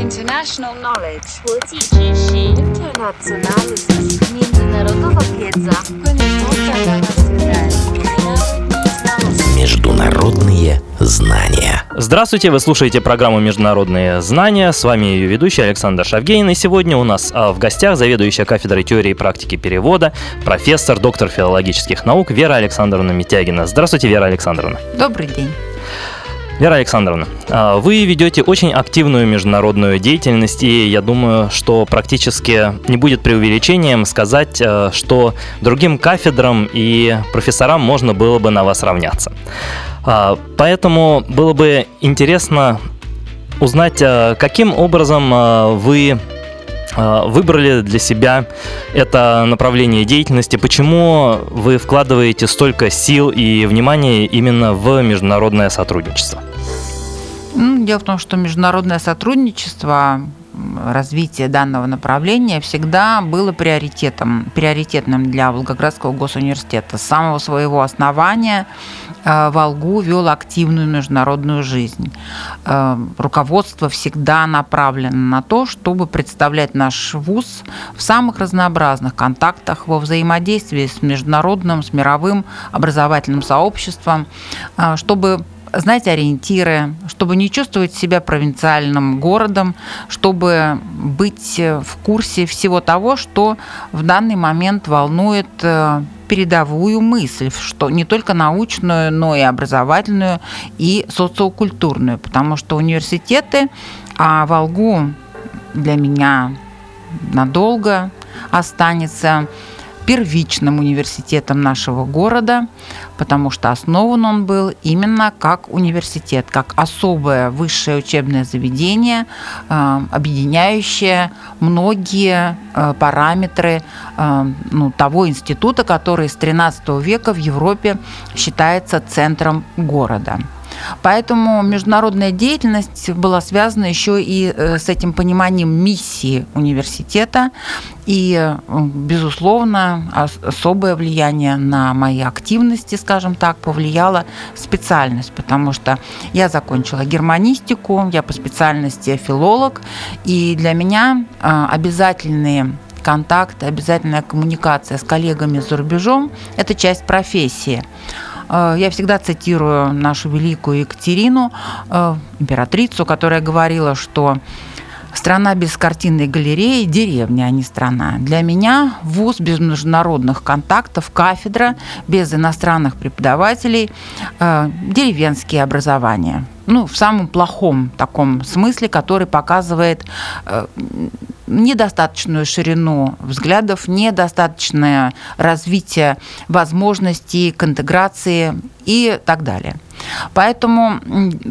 International knowledge. 国际知识 Internationalizes. Международная wiedza Международные знания. Здравствуйте, вы слушаете программу «Международные знания». С вами ее ведущий Александр Шавгейн. И сегодня у нас в гостях заведующая кафедрой теории и практики перевода, профессор, доктор филологических наук Вера Александровна Митягина. Здравствуйте, Вера Александровна. Добрый день. Вера Александровна, вы ведете очень активную международную деятельность, и я думаю, что практически не будет преувеличением сказать, что другим кафедрам и профессорам можно было бы на вас равняться. Поэтому было бы интересно узнать, каким образом вы выбрали для себя это направление деятельности, почему вы вкладываете столько сил и внимания именно в международное сотрудничество? Дело в том, что международное сотрудничество, развитие данного направления всегда было приоритетным для Волгоградского госуниверситета. С самого своего основания ВолГУ вел активную международную жизнь. Руководство всегда направлено на то, чтобы представлять наш вуз в самых разнообразных контактах, во взаимодействии с международным, с мировым образовательным сообществом, чтобы знать ориентиры, чтобы не чувствовать себя провинциальным городом, чтобы быть в курсе всего того, что в данный момент волнует передовую мысль, что не только научную, но и образовательную, и социокультурную, потому что университеты, а ВолГУ для меня надолго останется первичным университетом нашего города, потому что основан он был именно как университет, как особое высшее учебное заведение, объединяющее многие параметры того института, который с XIII века в Европе считается центром города. Поэтому международная деятельность была связана еще и с этим пониманием миссии университета. И, безусловно, особое влияние на мои активности, скажем так, повлияла специальность, потому что я закончила германистику, я по специальности филолог, и для меня обязательные контакты, обязательная коммуникация с коллегами за рубежом – это часть профессии. Я всегда цитирую нашу великую Екатерину, императрицу, которая говорила, что страна без картинной галереи – деревня, а не страна. Для меня вуз без международных контактов, кафедра без иностранных преподавателей – деревенские образования. В самом плохом таком смысле, который показывает недостаточную ширину взглядов, недостаточное развитие возможностей к интеграции и так далее. Поэтому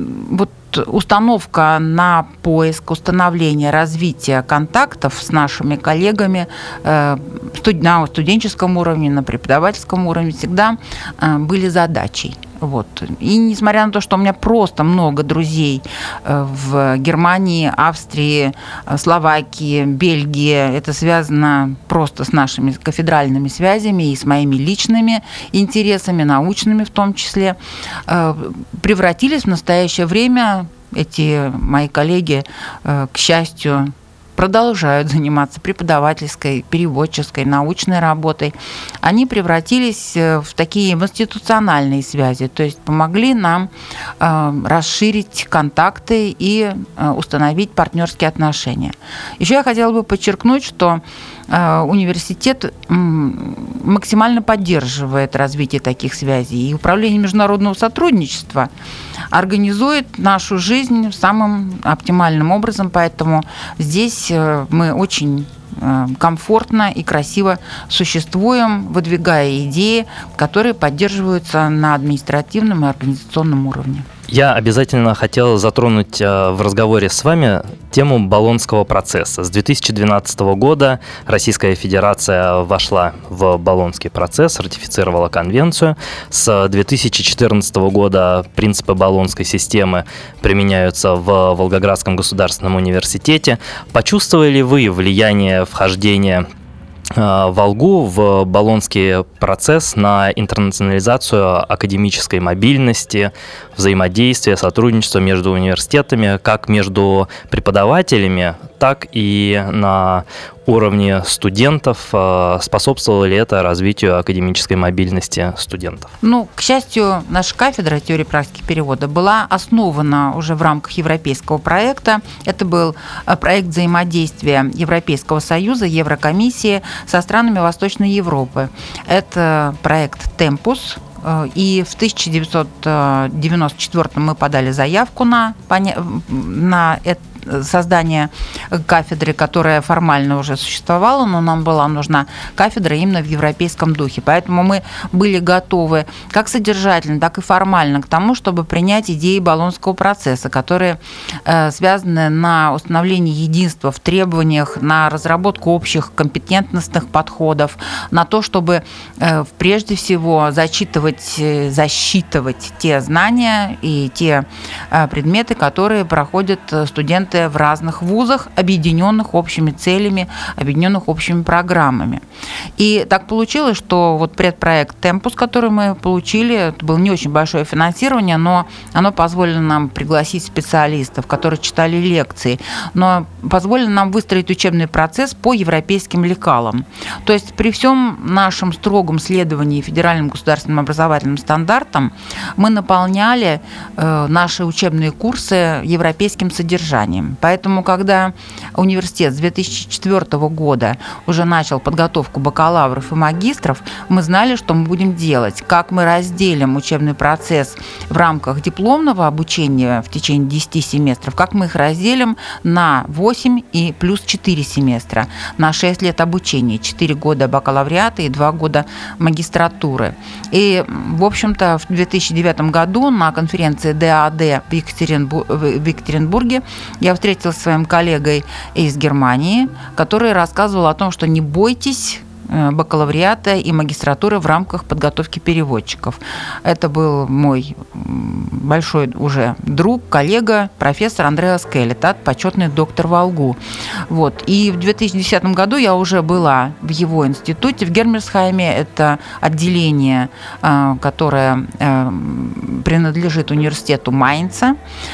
установка на поиск, установление, развитие контактов с нашими коллегами на студенческом уровне, на преподавательском уровне всегда были задачей. И несмотря на то, что у меня просто много друзей в Германии, Австрии, Словакии, Бельгии, это связано просто с нашими кафедральными связями и с моими личными интересами, научными в том числе, превратились в настоящее время эти мои коллеги, к счастью, продолжают заниматься преподавательской, переводческой, научной работой, они превратились в такие институциональные связи, то есть помогли нам расширить контакты и установить партнерские отношения. Еще я хотела бы подчеркнуть, что университет максимально поддерживает развитие таких связей, и Управление международного сотрудничества организует нашу жизнь самым оптимальным образом, поэтому здесь мы очень комфортно и красиво существуем, выдвигая идеи, которые поддерживаются на административном и организационном уровне. Я обязательно хотел затронуть в разговоре с вами тему Болонского процесса. С 2012 года Российская Федерация вошла в Болонский процесс, ратифицировала конвенцию. С 2014 года принципы Болонской системы применяются в Волгоградском государственном университете. Почувствовали вы влияние вхождения Волгу в Болонский процесс на интернационализацию академической мобильности, взаимодействия, сотрудничества между университетами, как между преподавателями, так и на уровне студентов. Способствовало ли это развитию академической мобильности студентов? К счастью, наша кафедра теории практики перевода была основана уже в рамках европейского проекта. Это был проект взаимодействия Европейского Союза, Еврокомиссии со странами Восточной Европы. Это проект «Темпус». И в 1994 мы подали заявку на создание кафедры, которая формально уже существовала, но нам была нужна кафедра именно в европейском духе. Поэтому мы были готовы как содержательно, так и формально к тому, чтобы принять идеи Болонского процесса, которые связаны на установлении единства в требованиях, на разработку общих компетентностных подходов, на то, чтобы прежде всего засчитывать те знания и те предметы, которые проходят студенты в разных вузах, объединенных общими целями, объединенных общими программами. И так получилось, что вот предпроект «Темпус», который мы получили, это было не очень большое финансирование, но оно позволило нам пригласить специалистов, которые читали лекции, но позволило нам выстроить учебный процесс по европейским лекалам. То есть при всем нашем строгом следовании федеральным государственным образовательным стандартам мы наполняли наши учебные курсы европейским содержанием. Поэтому, когда университет с 2004 года уже начал подготовку бакалавров и магистров, мы знали, что мы будем делать, как мы разделим учебный процесс в рамках дипломного обучения в течение 10 семестров, как мы их разделим на 8 и плюс 4 семестра, на 6 лет обучения, 4 года бакалавриата и 2 года магистратуры. И, в общем-то, в 2009 году на конференции ДААД в Екатеринбурге я встретилась со своим коллегой из Германии, который рассказывал о том, что не бойтесь бакалавриата и магистратуры в рамках подготовки переводчиков. Это был мой большой уже друг, коллега, профессор Андреас Келетат, почетный доктор Волгу. Вот. И в 2010 году я уже была в его институте, в Гермерсхайме. Это отделение, которое принадлежит университету Майнца.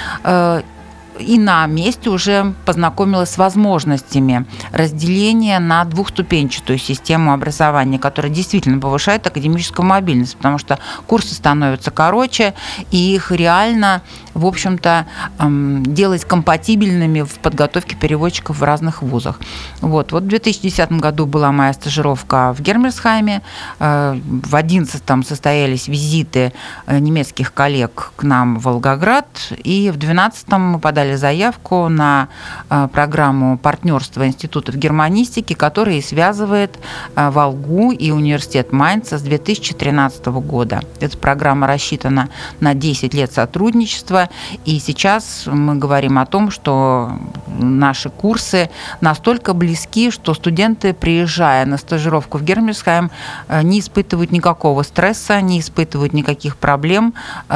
И на месте уже познакомилась с возможностями разделения на двухступенчатую систему образования, которая действительно повышает академическую мобильность, потому что курсы становятся короче, и их реально, в общем-то, делать компатибельными в подготовке переводчиков в разных вузах. Вот в 2010 году была моя стажировка в Гермерсхайме, в 2011 состоялись визиты немецких коллег к нам в Волгоград, и в 2012 мы подали заявку на программу партнерства институтов германистики, которая связывает Волгу и университет Майнца с 2013 года. Эта программа рассчитана на 10 лет сотрудничества, и сейчас мы говорим о том, что наши курсы настолько близки, что студенты, приезжая на стажировку в Гермерсхайм, не испытывают никакого стресса, не испытывают никаких проблем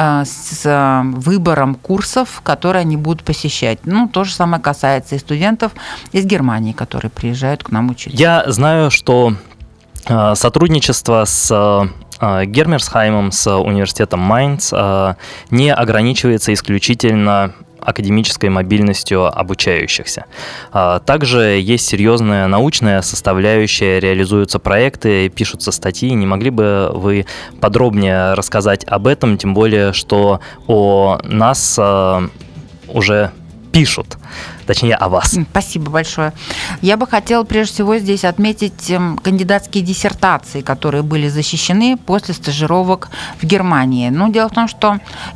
с выбором курсов, которые они будут посещать. То же самое касается и студентов из Германии, которые приезжают к нам учиться. Я знаю, что сотрудничество с Гермерсхаймом, с университетом Майнц не ограничивается исключительно академической мобильностью обучающихся. Также есть серьезная научная составляющая, реализуются проекты, пишутся статьи. Не могли бы вы подробнее рассказать об этом, тем более, что о нас уже пишут, точнее, о вас. Спасибо большое. Я бы хотела прежде всего здесь отметить кандидатские диссертации, которые были защищены после стажировок в Германии. Дело в том, что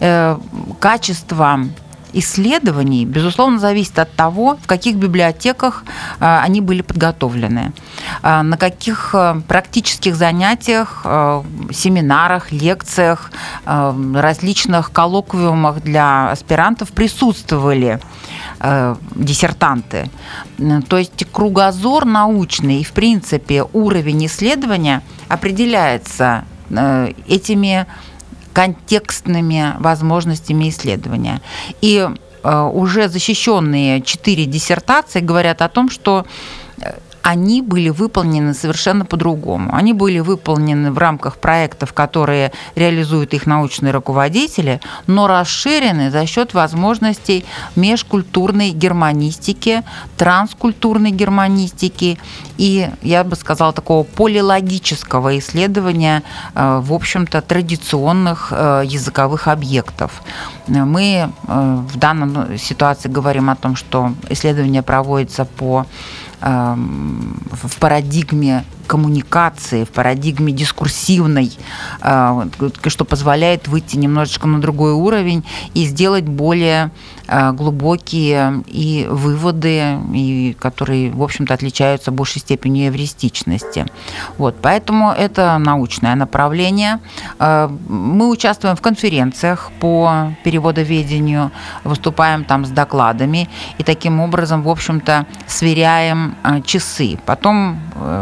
качество исследований, безусловно, зависит от того, в каких библиотеках они были подготовлены, на каких практических занятиях, семинарах, лекциях, различных коллоквиумах для аспирантов присутствовали диссертанты. То есть кругозор научный и, в принципе, уровень исследования определяется этими контекстными возможностями исследования. И уже защищенные 4 диссертации говорят о том, что они были выполнены совершенно по-другому. Они были выполнены в рамках проектов, которые реализуют их научные руководители, но расширены за счет возможностей межкультурной германистики, транскультурной германистики и, я бы сказала, такого полилогического исследования, в общем-то, традиционных языковых объектов. Мы в данной ситуации говорим о том, что исследование проводится в парадигме коммуникации, в парадигме дискурсивной, что позволяет выйти немножечко на другой уровень и сделать более глубокие и выводы, и которые, в общем-то, отличаются большей степенью эвристичности. Вот, поэтому это научное направление. Мы участвуем в конференциях по переводоведению, выступаем там с докладами и таким образом, в общем-то, сверяем часы. Потом,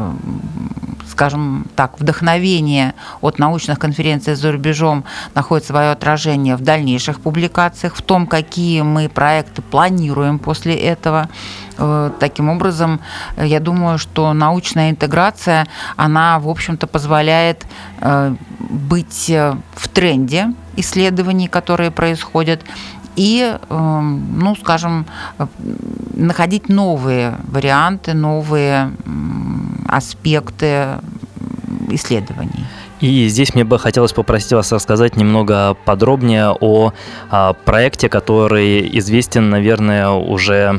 скажем так, вдохновение от научных конференций за рубежом находит свое отражение в дальнейших публикациях, в том, какие мы проекты планируем после этого. Таким образом, я думаю, что научная интеграция, она, в общем-то, позволяет быть в тренде исследований, которые происходят, и, ну, скажем, находить новые варианты, новые аспекты исследований. И здесь мне бы хотелось попросить вас рассказать немного подробнее о проекте, который известен, наверное, уже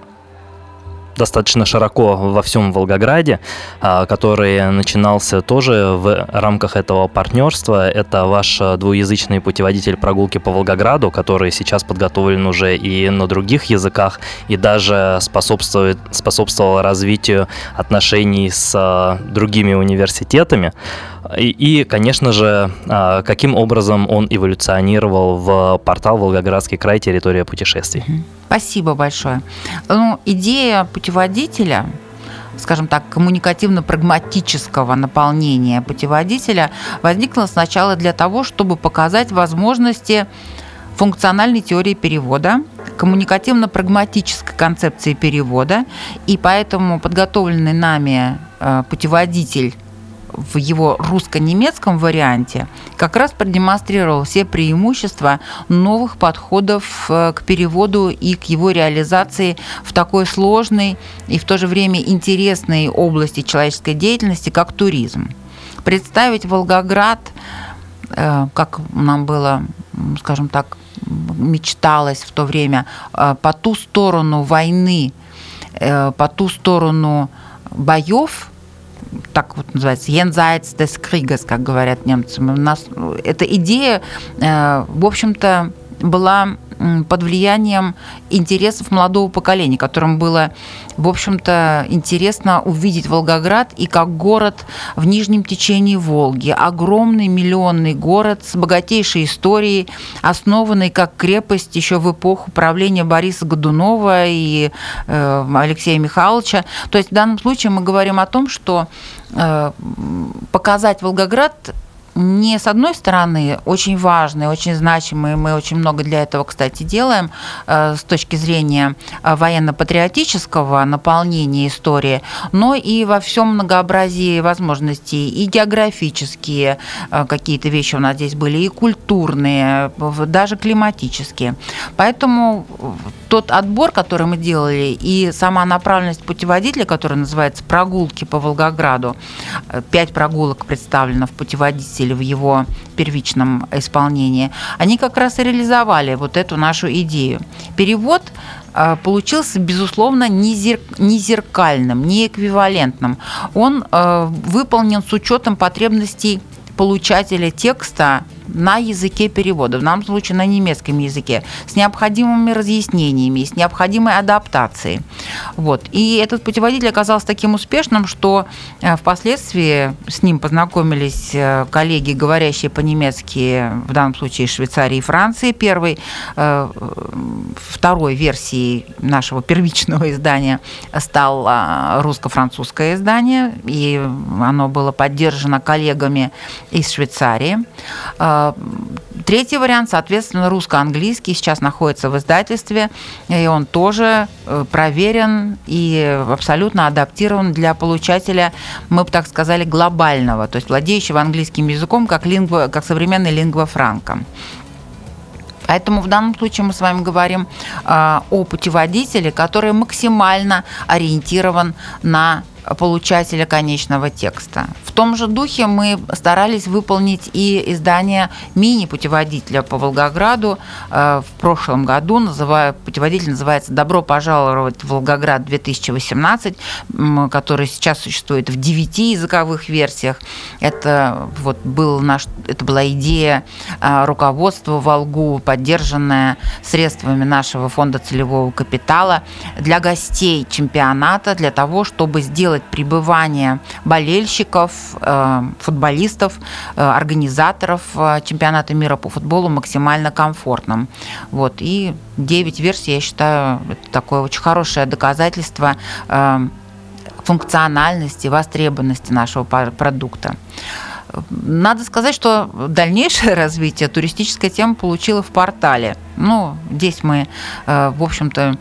достаточно широко во всем Волгограде, который начинался тоже в рамках этого партнерства. Это ваш двуязычный путеводитель прогулки по Волгограду, который сейчас подготовлен уже и на других языках, и даже способствовал развитию отношений с другими университетами. И, конечно же, каким образом он эволюционировал в портал «Волгоградский край. Территория путешествий». Спасибо большое. Ну, идея путеводителя, скажем так, коммуникативно-прагматического наполнения путеводителя возникла сначала для того, чтобы показать возможности функциональной теории перевода, коммуникативно-прагматической концепции перевода, и поэтому подготовленный нами путеводитель в его русско-немецком варианте как раз продемонстрировал все преимущества новых подходов к переводу и к его реализации в такой сложной и в то же время интересной области человеческой деятельности, как туризм. Представить Волгоград, как нам было, скажем так, мечталось в то время, по ту сторону войны, по ту сторону боев, так вот называется, «Jenseits des Krieges», как говорят немцы. Эта идея, в общем-то, была под влиянием интересов молодого поколения, которым было, в общем-то, интересно увидеть Волгоград и как город в нижнем течении Волги. Огромный миллионный город с богатейшей историей, основанный как крепость еще в эпоху правления Бориса Годунова и Алексея Михайловича. То есть в данном случае мы говорим о том, что показать Волгоград не, с одной стороны, очень важный, очень значимый, мы очень много для этого, кстати, делаем с точки зрения военно-патриотического наполнения истории, но и во всем многообразии возможностей, и географические какие-то вещи у нас здесь были, и культурные, даже климатические. Поэтому тот отбор, который мы делали, и сама направленность путеводителя, которая называется «Прогулки по Волгограду», 5 прогулок представлено в путеводителе в его первичном исполнении, они как раз и реализовали вот эту нашу идею. Перевод получился, безусловно, не зеркальным, не эквивалентным. Он выполнен с учетом потребностей получателя текста на языке перевода, в данном случае на немецком языке, с необходимыми разъяснениями, с необходимой адаптацией. Вот. И этот путеводитель оказался таким успешным, что впоследствии с ним познакомились коллеги, говорящие по-немецки, в данном случае из Швейцарии и Франции. Второй версией нашего первичного издания стало русско-французское издание, и оно было поддержано коллегами из Швейцарии. Третий вариант, соответственно, русско-английский, сейчас находится в издательстве, и он тоже проверен и абсолютно адаптирован для получателя, мы бы так сказали, глобального, то есть владеющего английским языком как современной лингва франка. Поэтому в данном случае мы с вами говорим о путеводителе, который максимально ориентирован на получателя конечного текста. В том же духе мы старались выполнить и издание мини-путеводителя по Волгограду в прошлом году. Путеводитель называется «Добро пожаловать в Волгоград 2018», который сейчас существует в 9 языковых версиях. Это была идея руководства Волгу, поддержанная средствами нашего фонда целевого капитала для гостей чемпионата, для того, чтобы сделать пребывание болельщиков, футболистов, организаторов чемпионата мира по футболу максимально комфортным. И 9 версий, я считаю, это такое очень хорошее доказательство функциональности, востребованности нашего продукта. Надо сказать, что дальнейшее развитие туристическая тема получила в портале. Здесь мы, в общем-то,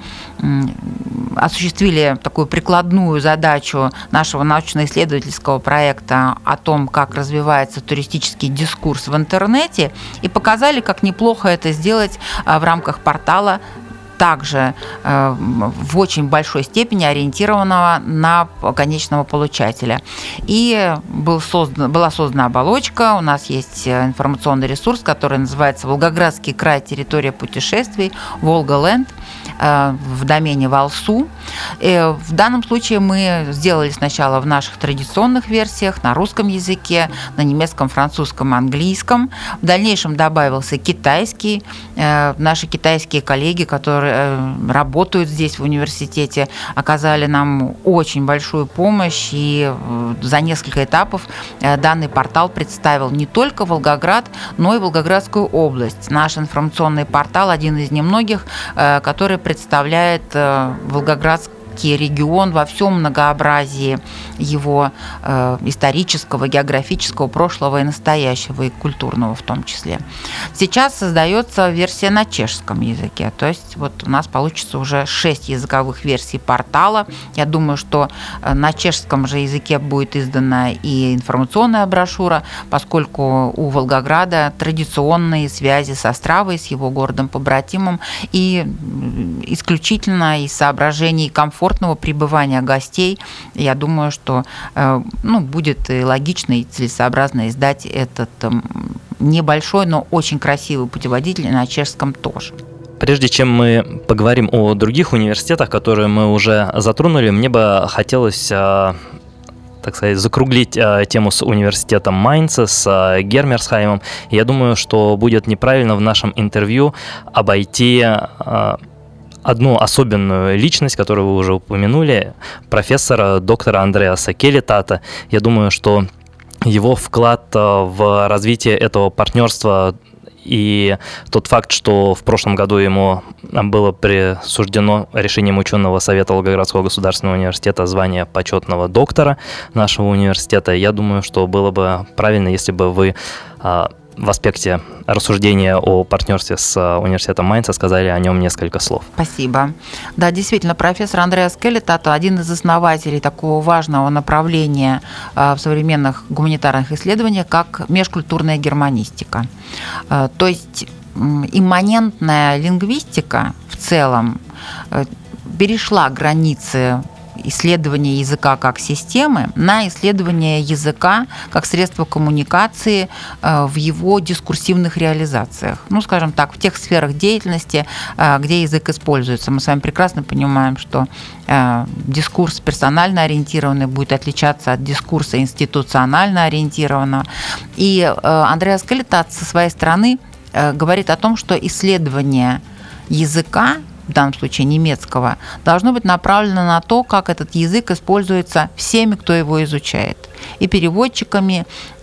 осуществили такую прикладную задачу нашего научно-исследовательского проекта о том, как развивается туристический дискурс в интернете, и показали, как неплохо это сделать в рамках портала, также в очень большой степени ориентированного на конечного получателя. И была создана оболочка, у нас есть информационный ресурс, который называется «Волгоградский край. Территория путешествий», «Волгаленд», в домене Волсу. В данном случае мы сделали сначала в наших традиционных версиях на русском языке, на немецком, французском, английском. В дальнейшем добавился китайский. Наши китайские коллеги, которые работают здесь в университете, оказали нам очень большую помощь, и за несколько этапов данный портал представил не только Волгоград, но и Волгоградскую область. Наш информационный портал один из немногих, который представляет Волгоградский регион во всем многообразии его исторического, географического прошлого и настоящего, и культурного в том числе. Сейчас создается версия на чешском языке, то есть у нас получится уже 6 языковых версий портала. Я думаю, что на чешском же языке будет издана и информационная брошюра, поскольку у Волгограда традиционные связи с Остравой, с его городом-побратимом, и исключительно из соображений комфортного пребывания гостей, я думаю, что будет и логично, и целесообразно издать этот небольшой, но очень красивый путеводитель на чешском тоже. Прежде чем мы поговорим о других университетах, которые мы уже затронули, мне бы хотелось, так сказать, закруглить тему с университетом Майнца, с Гермерсхаймом. Я думаю, что будет неправильно в нашем интервью обойти одну особенную личность, которую вы уже упомянули, профессора доктора Андреаса Келетата. Я думаю, что его вклад в развитие этого партнерства и тот факт, что в прошлом году ему было присуждено решением ученого совета Волгоградского государственного университета звание почетного доктора нашего университета, я думаю, что было бы правильно, если бы вы в аспекте рассуждения о партнерстве с университетом Майнца сказали о нем несколько слов. Спасибо. Да, действительно, профессор Андреас Келетат один из основателей такого важного направления в современных гуманитарных исследованиях, как межкультурная германистика. То есть имманентная лингвистика в целом перешла границы исследование языка как системы на исследование языка как средство коммуникации в его дискурсивных реализациях. Скажем так, в тех сферах деятельности, где язык используется. Мы с вами прекрасно понимаем, что дискурс персонально ориентированный будет отличаться от дискурса институционально ориентированного. И Андреас Келетат со своей стороны говорит о том, что исследование языка, в данном случае немецкого, должно быть направлено на то, как этот язык используется всеми, кто его изучает. И переводчиками,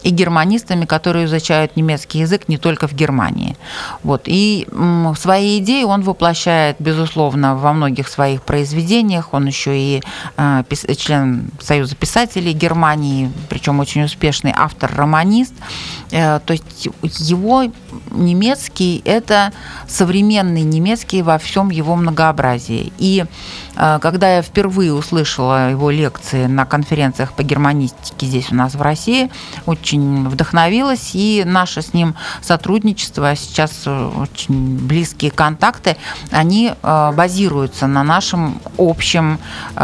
и германистами, которые изучают немецкий язык не только в Германии. Вот. И свои идеи он воплощает, безусловно, во многих своих произведениях. Он еще и член Союза писателей Германии, причем очень успешный автор-романист. То есть его немецкий – это современный немецкий во всем его многообразии. И когда я впервые услышала его лекции на конференциях по германистике здесь у нас в России, очень вдохновилась, и наше с ним сотрудничество, сейчас очень близкие контакты, они базируются на нашем общем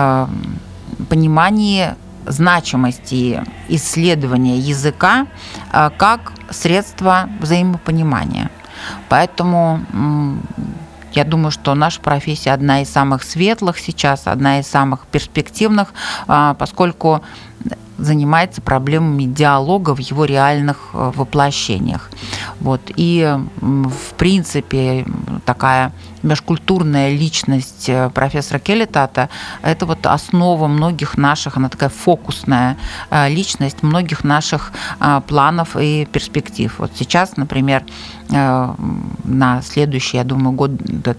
понимании значимости исследования языка как средство взаимопонимания. Поэтому я думаю, что наша профессия одна из самых светлых сейчас, одна из самых перспективных, поскольку занимается проблемами диалога в его реальных воплощениях. Вот. И, в принципе, такая межкультурная личность профессора Келетата – это вот основа многих наших, она такая фокусная личность многих наших планов и перспектив. Вот сейчас, например, на следующий, я думаю, года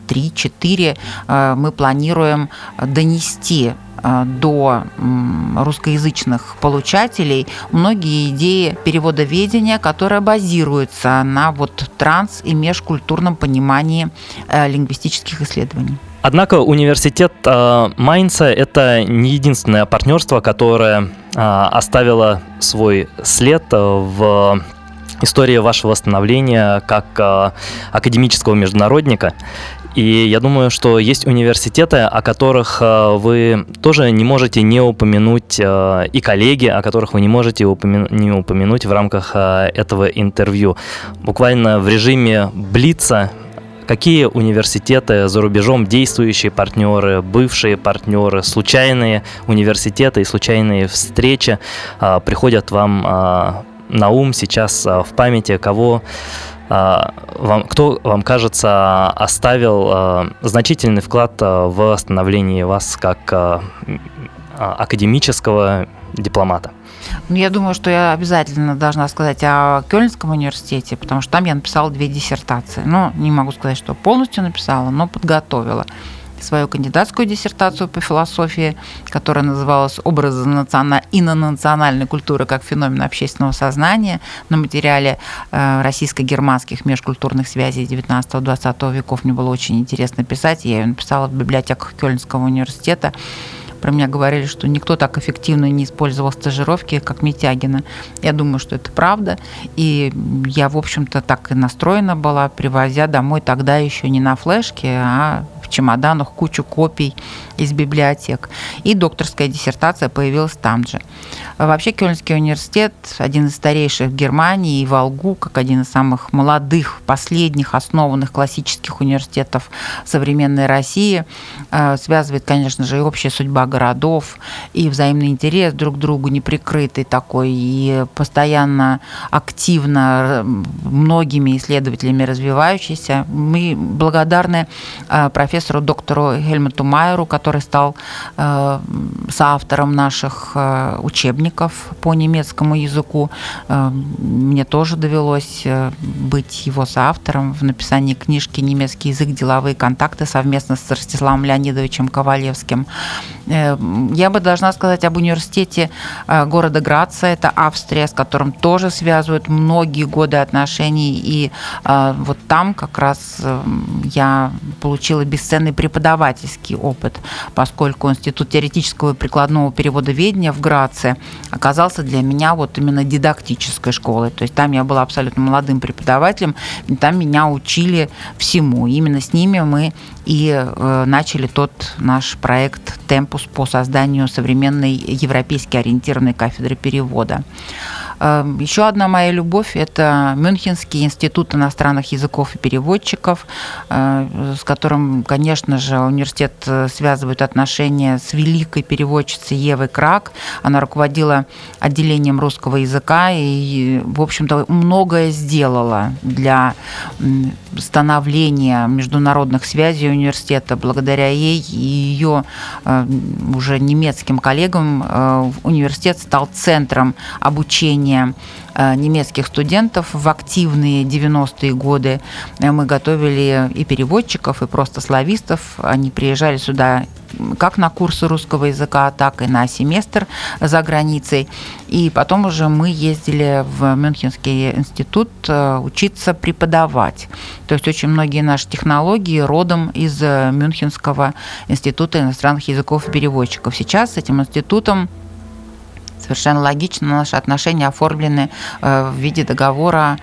3-4 мы планируем донести до русскоязычных получателей многие идеи переводоведения, которые базируются на вот транс- и межкультурном понимании лингвистических исследований. Однако университет Майнца – это не единственное партнерство, которое оставило свой след в истории вашего становления как академического международника. И я думаю, что есть университеты, о которых вы тоже не можете не упомянуть, и коллеги, о которых вы не можете не упомянуть в рамках этого интервью. Буквально в режиме блица. Какие университеты за рубежом, действующие партнеры, бывшие партнеры, случайные университеты и случайные встречи приходят вам на ум сейчас в памяти, кто вам кажется оставил значительный вклад в становление вас как академического дипломата? Я думаю, что я обязательно должна сказать о Кёльнском университете, потому что там я написала 2 диссертации. Не могу сказать, что полностью написала, но подготовила свою кандидатскую диссертацию по философии, которая называлась «Образы инонациональной культуры как феномен общественного сознания» на материале российско-германских межкультурных связей 19-20 веков. Мне было очень интересно писать. Я ее написала в библиотеках Кёльнского университета. Про меня говорили, что никто так эффективно не использовал стажировки, как Митягина. Я думаю, что это правда. И я, в общем-то, так и настроена была, привозя домой тогда еще не на флешке, а в чемоданах кучу копий из библиотек. И докторская диссертация появилась там же. Вообще Кёльнский университет один из старейших в Германии, и Волгу, как один из самых молодых, последних основанных классических университетов современной России, связывает, конечно же, и общая судьба городов, и взаимный интерес друг к другу неприкрытый такой, и постоянно активно многими исследователями развивающийся. Мы благодарны профессору доктору Хельмуту Майеру, который стал соавтором наших учебников по немецкому языку. Мне тоже довелось быть его соавтором в написании книжки «Немецкий язык. Деловые контакты» совместно с Ростиславом Леонидовичем Ковалевским. Я бы должна сказать об университете города Граца, это Австрия, с которым тоже связывают многие годы отношений. И вот там как раз я получила бесценный преподавательский опыт, поскольку Институт теоретического и прикладного переводоведения в Граце оказался для меня вот именно дидактической школой. То есть там я была абсолютно молодым преподавателем, и там меня учили всему. И именно с ними мы и начали тот наш проект «Темпус» по созданию современной европейски ориентированной кафедры перевода. Еще одна моя любовь – это Мюнхенский институт иностранных языков и переводчиков, с которым, конечно же, университет связывает отношения с великой переводчицей Евой Крак. Она руководила отделением русского языка и, в общем-то, многое сделала для становления международных связей университета. Благодаря ей и ее уже немецким коллегам университет стал центром обучения обучение немецких студентов в активные 90-е годы. Мы готовили и переводчиков, и просто славистов. Они приезжали сюда как на курсы русского языка, так и на семестр за границей. И потом уже мы ездили в Мюнхенский институт учиться преподавать. То есть очень многие наши технологии родом из Мюнхенского института иностранных языков и переводчиков. Сейчас с этим институтом совершенно логично наши отношения оформлены в виде договора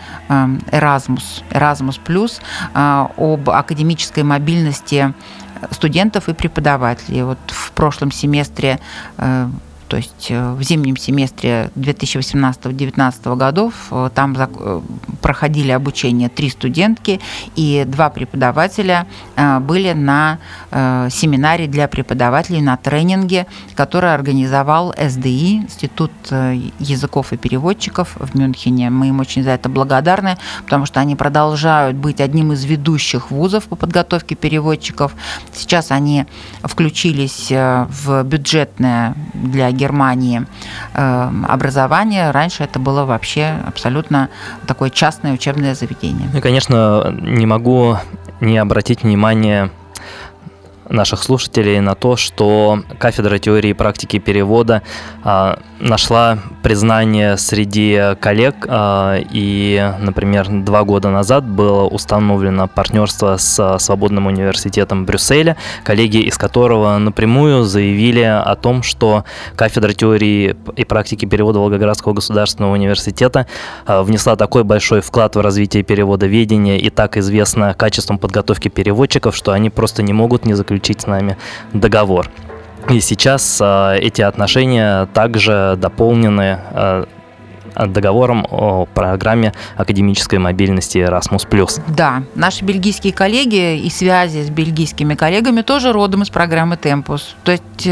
Erasmus+, об академической мобильности студентов и преподавателей. Вот в прошлом семестре, то есть в зимнем семестре 2018-2019 годов, там проходили обучение 3 студентки и 2 преподавателя были на семинаре для преподавателей, на тренинге, который организовал СДИ, Институт языков и переводчиков в Мюнхене. Мы им очень за это благодарны, потому что они продолжают быть одним из ведущих вузов по подготовке переводчиков. Сейчас они включились в бюджетное для Германии образование. Раньше это было вообще абсолютно такое частное учебное заведение. И, конечно, не могу не обратить внимание наших слушателей на то, что кафедра теории и практики перевода нашла признание среди коллег, и, например, 2 года назад было установлено партнерство с Свободным университетом Брюсселя, коллеги из которого напрямую заявили о том, что кафедра теории и практики перевода Волгоградского государственного университета внесла такой большой вклад в развитие переводоведения и так известна качеством подготовки переводчиков, что они просто не могут не заключить с нами договор. И сейчас эти отношения также дополнены договором о программе академической мобильности Erasmus+. Да, наши бельгийские коллеги и связи с бельгийскими коллегами тоже родом из программы Tempus. То есть,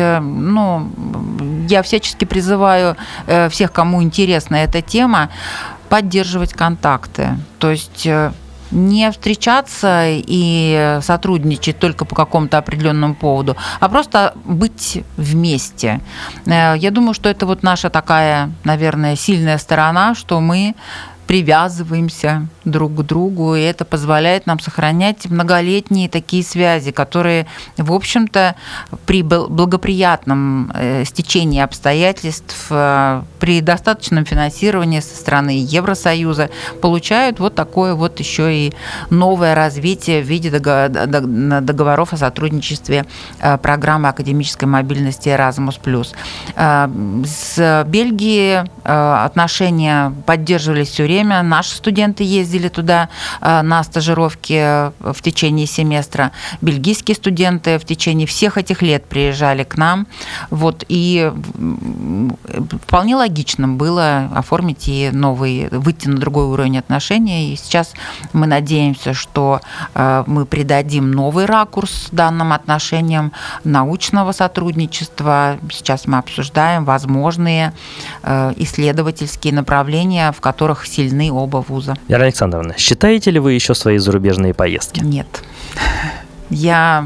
я всячески призываю всех, кому интересна эта тема, поддерживать контакты. То есть не встречаться и сотрудничать только по какому-то определенному поводу, а просто быть вместе. Я думаю, что это вот наша такая, наверное, сильная сторона, что мы привязываемся друг к другу, и это позволяет нам сохранять многолетние такие связи, которые, в общем-то, при благоприятном стечении обстоятельств, при достаточном финансировании со стороны Евросоюза получают вот такое вот еще и новое развитие в виде договоров о сотрудничестве программы академической мобильности Erasmus+. С Бельгией отношения поддерживались все время. Наши студенты ездили туда на стажировки в течение семестра. Бельгийские студенты в течение всех этих лет приезжали к нам. Вот, и вполне логично было оформить и выйти на другой уровень отношений. И сейчас мы надеемся, что мы придадим новый ракурс данным отношениям научного сотрудничества. Сейчас мы обсуждаем возможные исследовательские направления, в которых сильны оба вуза. Вера Александровна, считаете ли вы еще свои зарубежные поездки? Нет. Я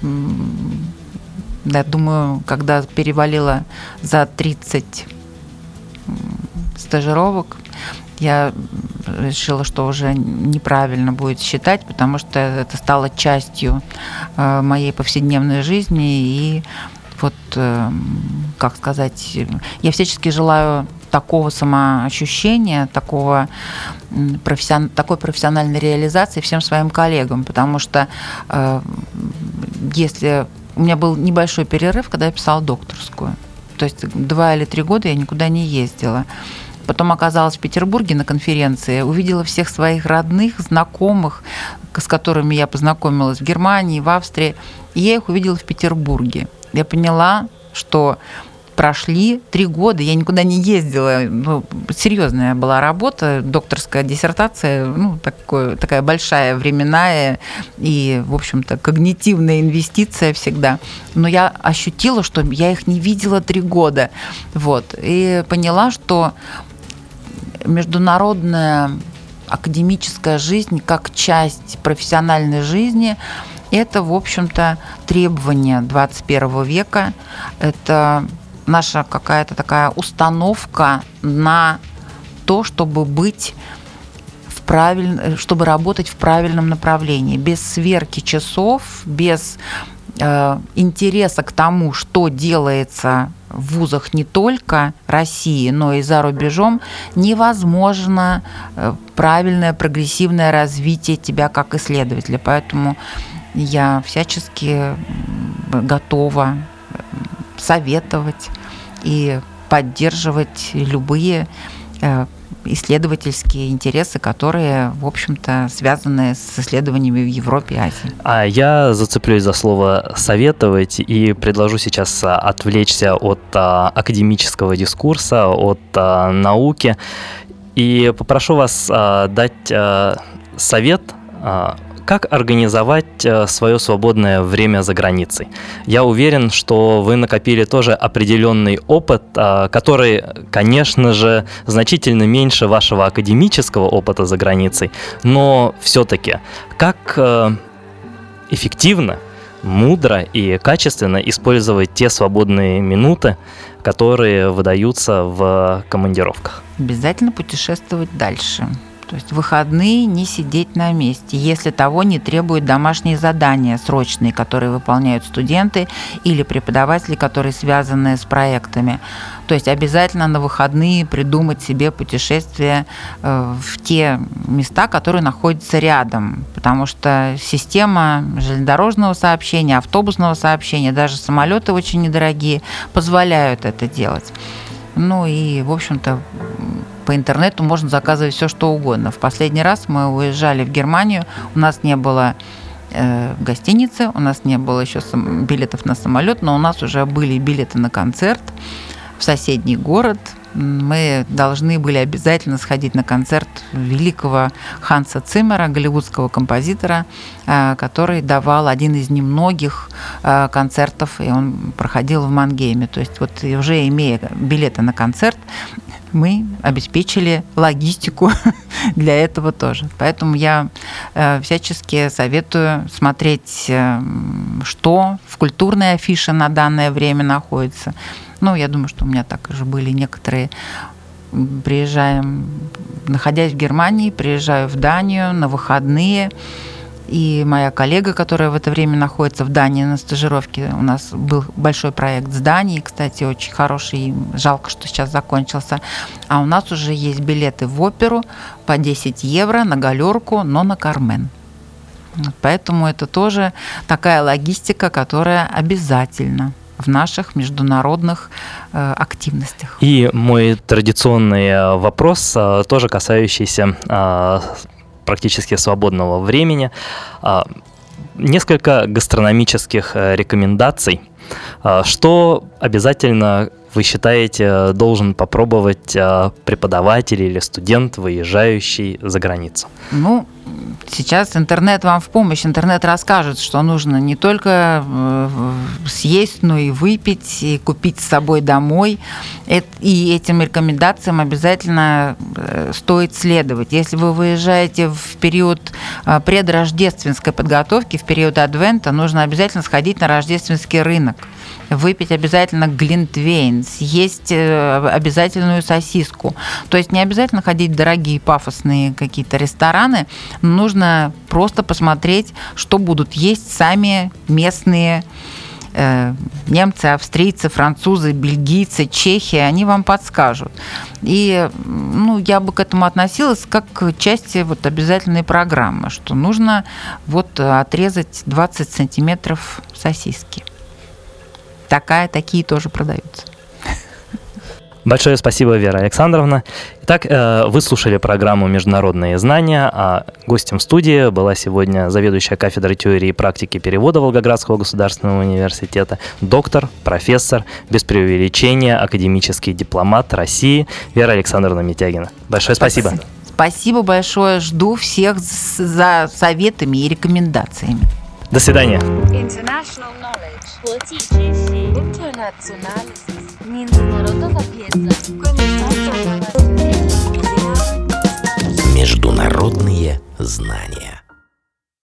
думаю, когда перевалила за 30 стажировок, я решила, что уже неправильно будет считать, потому что это стало частью моей повседневной жизни. И вот, как сказать, я всячески желаю такого самоощущения, такой профессиональной реализации всем своим коллегам, потому что если у меня был небольшой перерыв, когда я писала докторскую, то есть 2 или 3 года я никуда не ездила. Потом оказалась в Петербурге на конференции, увидела всех своих родных, знакомых, с которыми я познакомилась в Германии, в Австрии, и я их увидела в Петербурге. Я поняла, что прошли 3 года, я никуда не ездила. Серьезная была работа, докторская диссертация, такая большая, временная и, в общем-то, когнитивная инвестиция всегда. Но я ощутила, что я их не видела 3 года. Вот. И поняла, что международная академическая жизнь как часть профессиональной жизни – это, в общем-то, требование 21 века. Это наша какая-то такая установка на то, чтобы чтобы работать в правильном направлении, без сверки часов, без интереса к тому, что делается в вузах не только России, но и за рубежом, невозможно правильное прогрессивное развитие тебя как исследователя. Поэтому я всячески готова советовать и поддерживать любые исследовательские интересы, которые, в общем-то, связаны с исследованиями в Европе и Азии. А я зацеплюсь за слово «советовать» и предложу сейчас отвлечься от академического дискурса, от науки, и попрошу вас дать совет, как организовать свое свободное время за границей. Я уверен, что вы накопили тоже определенный опыт, который, конечно же, значительно меньше вашего академического опыта за границей, но все-таки как эффективно, мудро и качественно использовать те свободные минуты, которые выдаются в командировках. Обязательно путешествовать дальше. То есть в выходные не сидеть на месте, если того не требуют домашние задания срочные, которые выполняют студенты или преподаватели, которые связаны с проектами. То есть обязательно на выходные придумать себе путешествие в те места, которые находятся рядом, потому что система железнодорожного сообщения, автобусного сообщения, даже самолеты очень недорогие, позволяют это делать. Ну и, в общем-то, по интернету можно заказывать все, что угодно. В последний раз мы уезжали в Германию, у нас не было гостиницы, у нас не было еще билетов на самолет, но у нас уже были билеты на концерт в соседний город. Мы должны были обязательно сходить на концерт великого Ханса Циммера, голливудского композитора, который давал один из немногих концертов, и он проходил в Мангейме. То есть вот уже имея билеты на концерт, мы обеспечили логистику для этого тоже. Поэтому я всячески советую смотреть, что в культурной афише на данное время находится. Ну, я думаю, что у меня так же были некоторые. Приезжаем, находясь в Германии, приезжаю в Данию на выходные. И моя коллега, которая в это время находится в Дании на стажировке, у нас был большой проект с Данией, кстати, очень хороший, жалко, что сейчас закончился. А у нас уже есть билеты в оперу по 10 евро на галерку, но на Кармен. Поэтому это тоже такая логистика, которая обязательна в наших международных активностях. И мой традиционный вопрос, тоже касающийся практически свободного времени. Несколько гастрономических рекомендаций. Что обязательно, вы считаете, должен попробовать преподаватель или студент, выезжающий за границу? Ну, сейчас интернет вам в помощь. Интернет расскажет, что нужно не только съесть, но и выпить, и купить с собой домой. И этим рекомендациям обязательно стоит следовать. Если вы выезжаете в период предрождественской подготовки, в период адвента, нужно обязательно сходить на рождественский рынок. Выпить обязательно глинтвейн, съесть обязательную сосиску. То есть не обязательно ходить в дорогие пафосные какие-то рестораны, нужно просто посмотреть, что будут есть сами местные немцы, австрийцы, французы, бельгийцы, чехи, они вам подскажут. И я бы к этому относилась как к части обязательной программы, что нужно отрезать 20 сантиметров сосиски. Такие тоже продаются. Большое спасибо, Вера Александровна. Итак, вы слушали программу «Международные знания», а гостем студии была сегодня заведующая кафедрой теории и практики перевода Волгоградского государственного университета, доктор, профессор, без преувеличения, академический дипломат России Вера Александровна Митягина. Большое спасибо. Спасибо большое. Жду всех за советами и рекомендациями. До свидания. International knowledge. 国际知识， Internationalizes. Międzynarodowa wiedza. Международные знания.